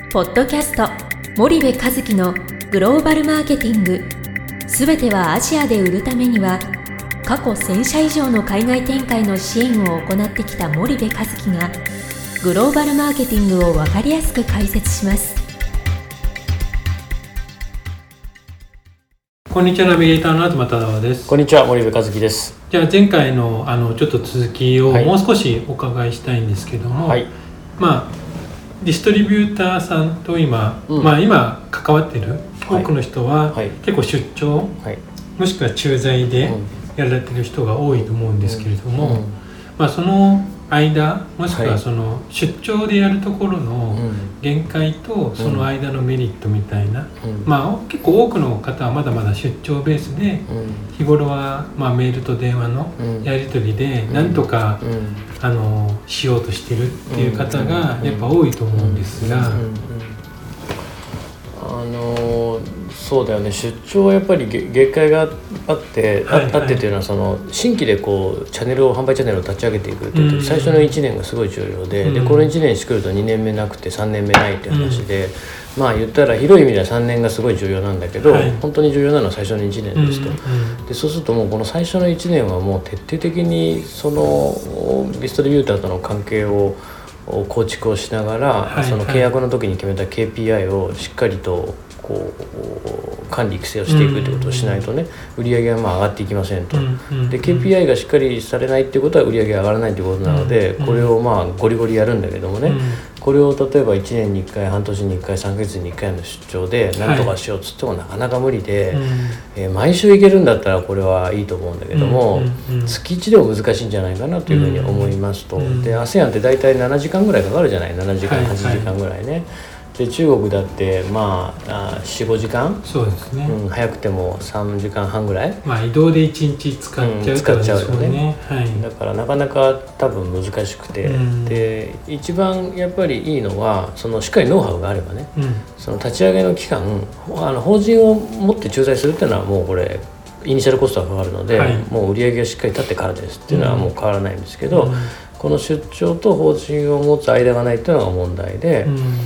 ポッドキャスト森部一樹のグローバルマーケティング、すべてはアジアで売るためには、過去1000社以上の海外展開の支援を行ってきた森部一樹がグローバルマーケティングを分かりやすく解説します。 こんにちは、ナビゲーターの東忠です。 こんにちは、森部一樹です。 じゃあ前回のちょっと続きをもう少しお伺いしたいんですけども、ディストリビューターさんと今関わっている多くの人は、結構出張、もしくは駐在でやられている人が多いと思うんですけれども、その間もしくはその出張でやるところの限界とその間のメリットみたいな、結構多くの方はまだまだ出張ベースで日頃はメールと電話のやり取りでなんとかしようとしてるっていう方がやっぱ多いと思うんですが、 そうだよね。出張はやっぱり限界があってっていうのは、その新規でこう販売チャンネルを立ち上げていくっていう時、最初の1年がすごい重要で、この1年しくると2年目なくて3年目ないっていう話で、言ったら広い意味では3年がすごい重要なんだけど、本当に重要なのは最初の1年ですと。でそうするともうこの最初の1年はもう徹底的にそのディストリビューターとの関係を構築をしながら、その契約の時に決めた KPI をしっかりと管理育成をしていくということをしないとね、売り上げが上がっていきませんと。で KPI がしっかりされないっていうことは売り上げが上がらないということなので、これをゴリゴリやるんだけどもね、これを例えば1年に1回半年に1回3ヶ月に1回の出張で何とかしようっつってもなかなか無理で、毎週行けるんだったらこれはいいと思うんだけども、月1でも難しいんじゃないかなというふうに思いますと。で ASEAN って大体7時間ぐらいかかるじゃない、7時間8時間ぐらいね。で中国だって4,5 時間、 そうですね、 早くても3時間半ぐらい、 移動で1日使っちゃうよね、 だからなかなか多分難しくて、で一番やっぱりいいのはそのしっかりノウハウがあればね、その立ち上げの期間、法人を持って駐在するっていうのはもうこれイニシャルコストがかかるので、もう売り上げがしっかり立ってからですっていうのはもう変わらないんですけど、この出張と法人を持つ間がないっていうのが問題で、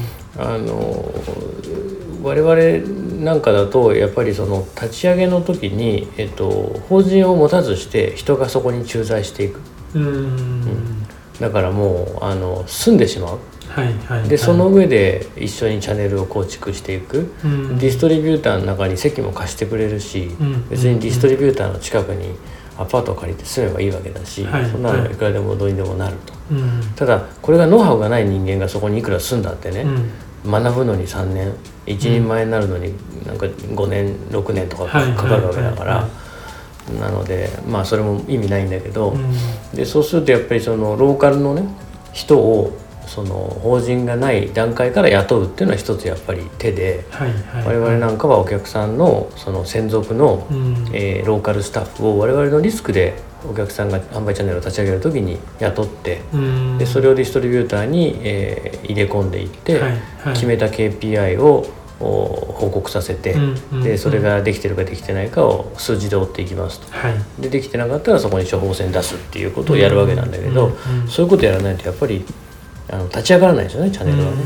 我々なんかだとやっぱりその立ち上げの時に、法人を持たずして人がそこに駐在していく、だからもう住んでしまう、でその上で一緒にチャンネルを構築していく、ディストリビューターの中に席も貸してくれるし、別にディストリビューターの近くにアパートを借りて住めばいいわけだし、そんなのいくらでもどうにでもなると。ただこれがノウハウがない人間がそこにいくら住んだってね、学ぶのに3年一人前になるのになんか5年6年とかかかるわけだから、なのでそれも意味ないんだけど、でそうするとやっぱりそのローカルのね人をその法人がない段階から雇うっていうのは一つやっぱり手で、我々なんかはお客さんのその専属の、ローカルスタッフを我々のリスクでお客さんが販売チャンネルを立ち上げる時に雇って、でそれをディストリビューターに、入れ込んでいって、決めた KPI を報告させて、でそれができてるかできてないかを数字で追っていきますと、でできてなかったらそこに処方箋出すっていうことをやるわけなんだけど、そういうことやらないとやっぱり立ち上がらないですよね、チャンネルはね。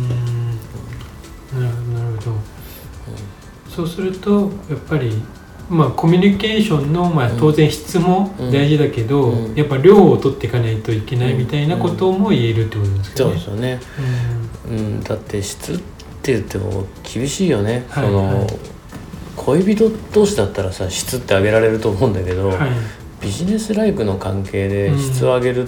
なるほど、そうするとやっぱりコミュニケーションの当然質も大事だけど、やっぱ量を取っていかないといけないみたいなことも言えるってことですかね。 そうですよね、だって質って言っても厳しいよね、その恋人同士だったらさ質って上げられると思うんだけど、ビジネスライクの関係で質を上げるって、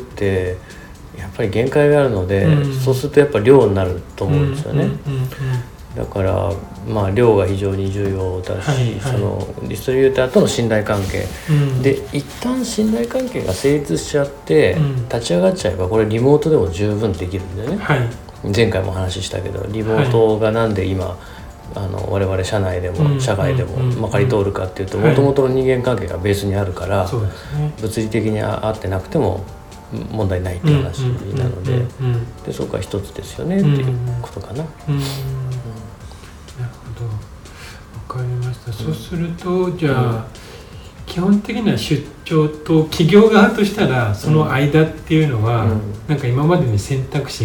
やっぱり限界があるので、そうするとやっぱ量になると思うんですよね。だから量が非常に重要だし、そのディストリビューターとの信頼関係、で一旦信頼関係が成立しちゃって、立ち上がっちゃえばこれリモートでも十分できるんだよね。前回も話したけどリモートがなんで今我々社内でも社外でもまかり通るかっていうと、もともとの人間関係がベースにあるから、物理的に会ってなくても問題ないっていう話なので、でそこが一つですよねっていうことかな。 なるほど、わかりました。そうするとじゃあ、基本的な出張と企業側としたらその間っていうのは、なんか今までに選択肢が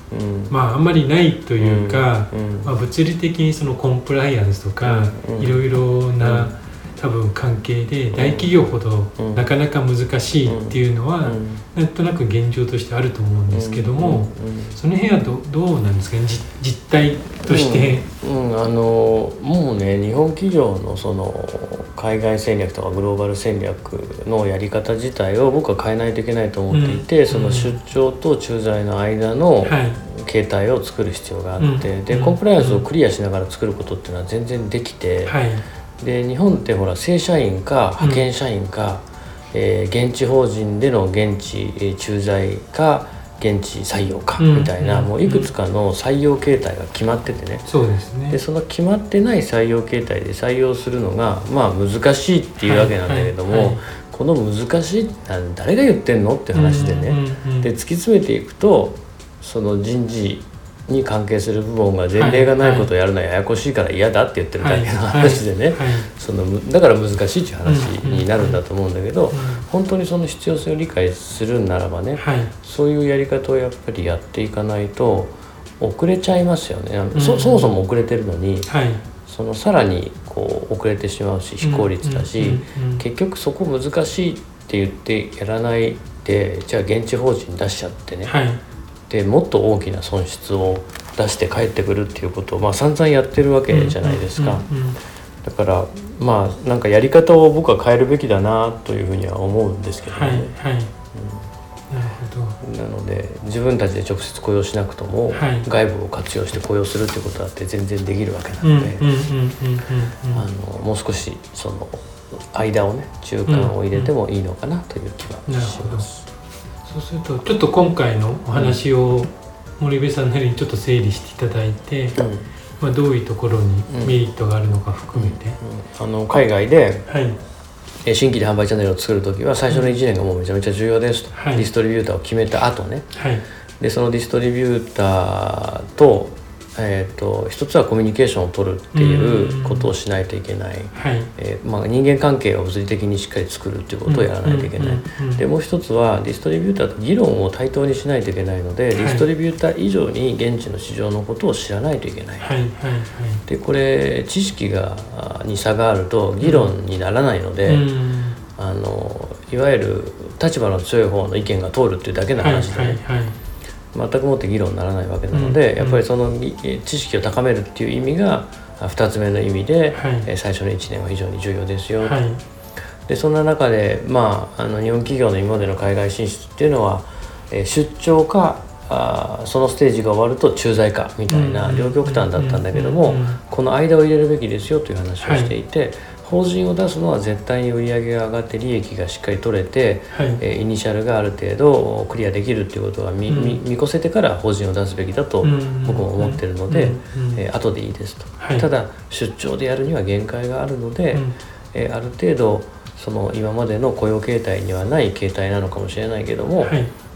あんまりないというか、物理的にそのコンプライアンスとか、いろいろな多分関係で大企業ほどなかなか難しいっていうのは、なんとなく現状としてあると思うんですけども、その辺はどうなんですかね、実態として。 もうね、日本企業のその海外戦略とかグローバル戦略のやり方自体を僕は変えないといけないと思っていて、その出張と駐在の間の形態を作る必要があって、でコンプライアンスをクリアしながら作ることっていうのは全然できて、で日本ってほら正社員か派遣社員か、現地法人での現地駐在か現地採用かみたいな、もういくつかの採用形態が決まっててね。 そうですね。 でその決まってない採用形態で採用するのが難しいっていうわけなんだけども、この難しいって誰が言ってんのって話でね、で突き詰めていくと、その人事に関係する部門が前例がないことをやるのはややこしいから嫌だって言ってるだけの話でね、だから難しいっていう話になるんだと思うんだけど、本当にその必要性を理解するならばね、そういうやり方をやっぱりやっていかないと遅れちゃいますよね。そもそも遅れてるのに、そのさらにこう遅れてしまうし非効率だし、結局そこ難しいって言ってやらないで、じゃあ現地法人出しちゃってね、でもっと大きな損失を出して帰ってくるっていうことを散々やってるわけじゃないですか。だからなんかやり方を僕は変えるべきだなというふうには思うんですけどね。 なるほど。 なので自分たちで直接雇用しなくとも、外部を活用して雇用するっていうことだって全然できるわけなので、もう少しその間をね、中間を入れてもいいのかなという気はします。 そうするとちょっと今回のお話を森部さんなりにちょっと整理していただいて、どういうところにメリットがあるのか含めて、 海外で、新規で販売チャンネルを作るときは最初の1年がもうめちゃめちゃ重要ですと、ディストリビューターを決めた後ね、でそのディストリビューターと一つはコミュニケーションを取るっていうことをしないといけない、人間関係を物理的にしっかり作るっていうことをやらないといけない。でもう一つはディストリビューターと議論を対等にしないといけないので、ディストリビューター以上に現地の市場のことを知らないといけない。でこれ知識に差があると議論にならないので、いわゆる立場の強い方の意見が通るっていうだけの話でね、全くもって議論にならないわけなので、やっぱりその知識を高めるっていう意味が2つ目の意味で、最初の1年は非常に重要ですよ、でそんな中で、日本企業の今までの海外進出っていうのは、出張かそのステージが終わると駐在かみたいな両極端だったんだけども、この間を入れるべきですよという話をしていて、法人を出すのは絶対に売り上げが上がって利益がしっかり取れて、イニシャルがある程度クリアできるということは見越せてから法人を出すべきだと僕も思っているので、後でいいですと、ただ出張でやるには限界があるので、ある程度その今までの雇用形態にはない形態なのかもしれないけども、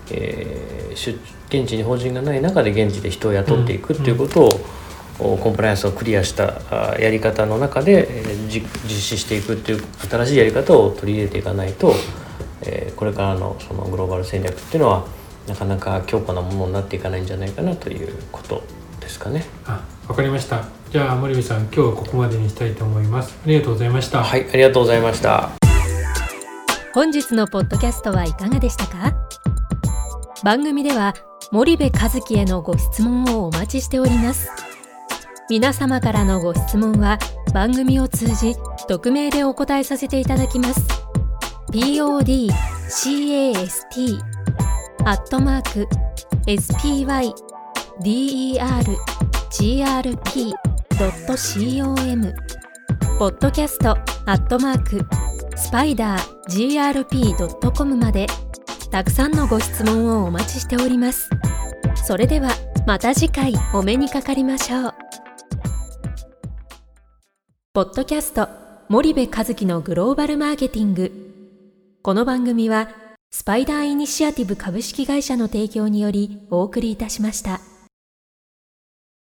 現地に法人がない中で現地で人を雇っていくっていうことを、コンプライアンスをクリアしたやり方の中で実施していくっていう新しいやり方を取り入れていかないと、これからのそのグローバル戦略っていうのはなかなか強固なものになっていかないんじゃないかなということですかね。 わかりました。じゃあ森部さん、今日はここまでにしたいと思います。ありがとうございました。 はい、ありがとうございました。 本日のポッドキャストはいかがでしたか？番組では森部一樹へのご質問をお待ちしております。皆様からのご質問は番組を通じ匿名でお答えさせていただきます。podcast@spydergrp.com podcast@spidergrp.com までたくさんのご質問をお待ちしております。それではまた次回お目にかかりましょう。ポッドキャスト森部一樹のグローバルマーケティング。この番組はスパイダーイニシアティブ株式会社の提供によりお送りいたしました。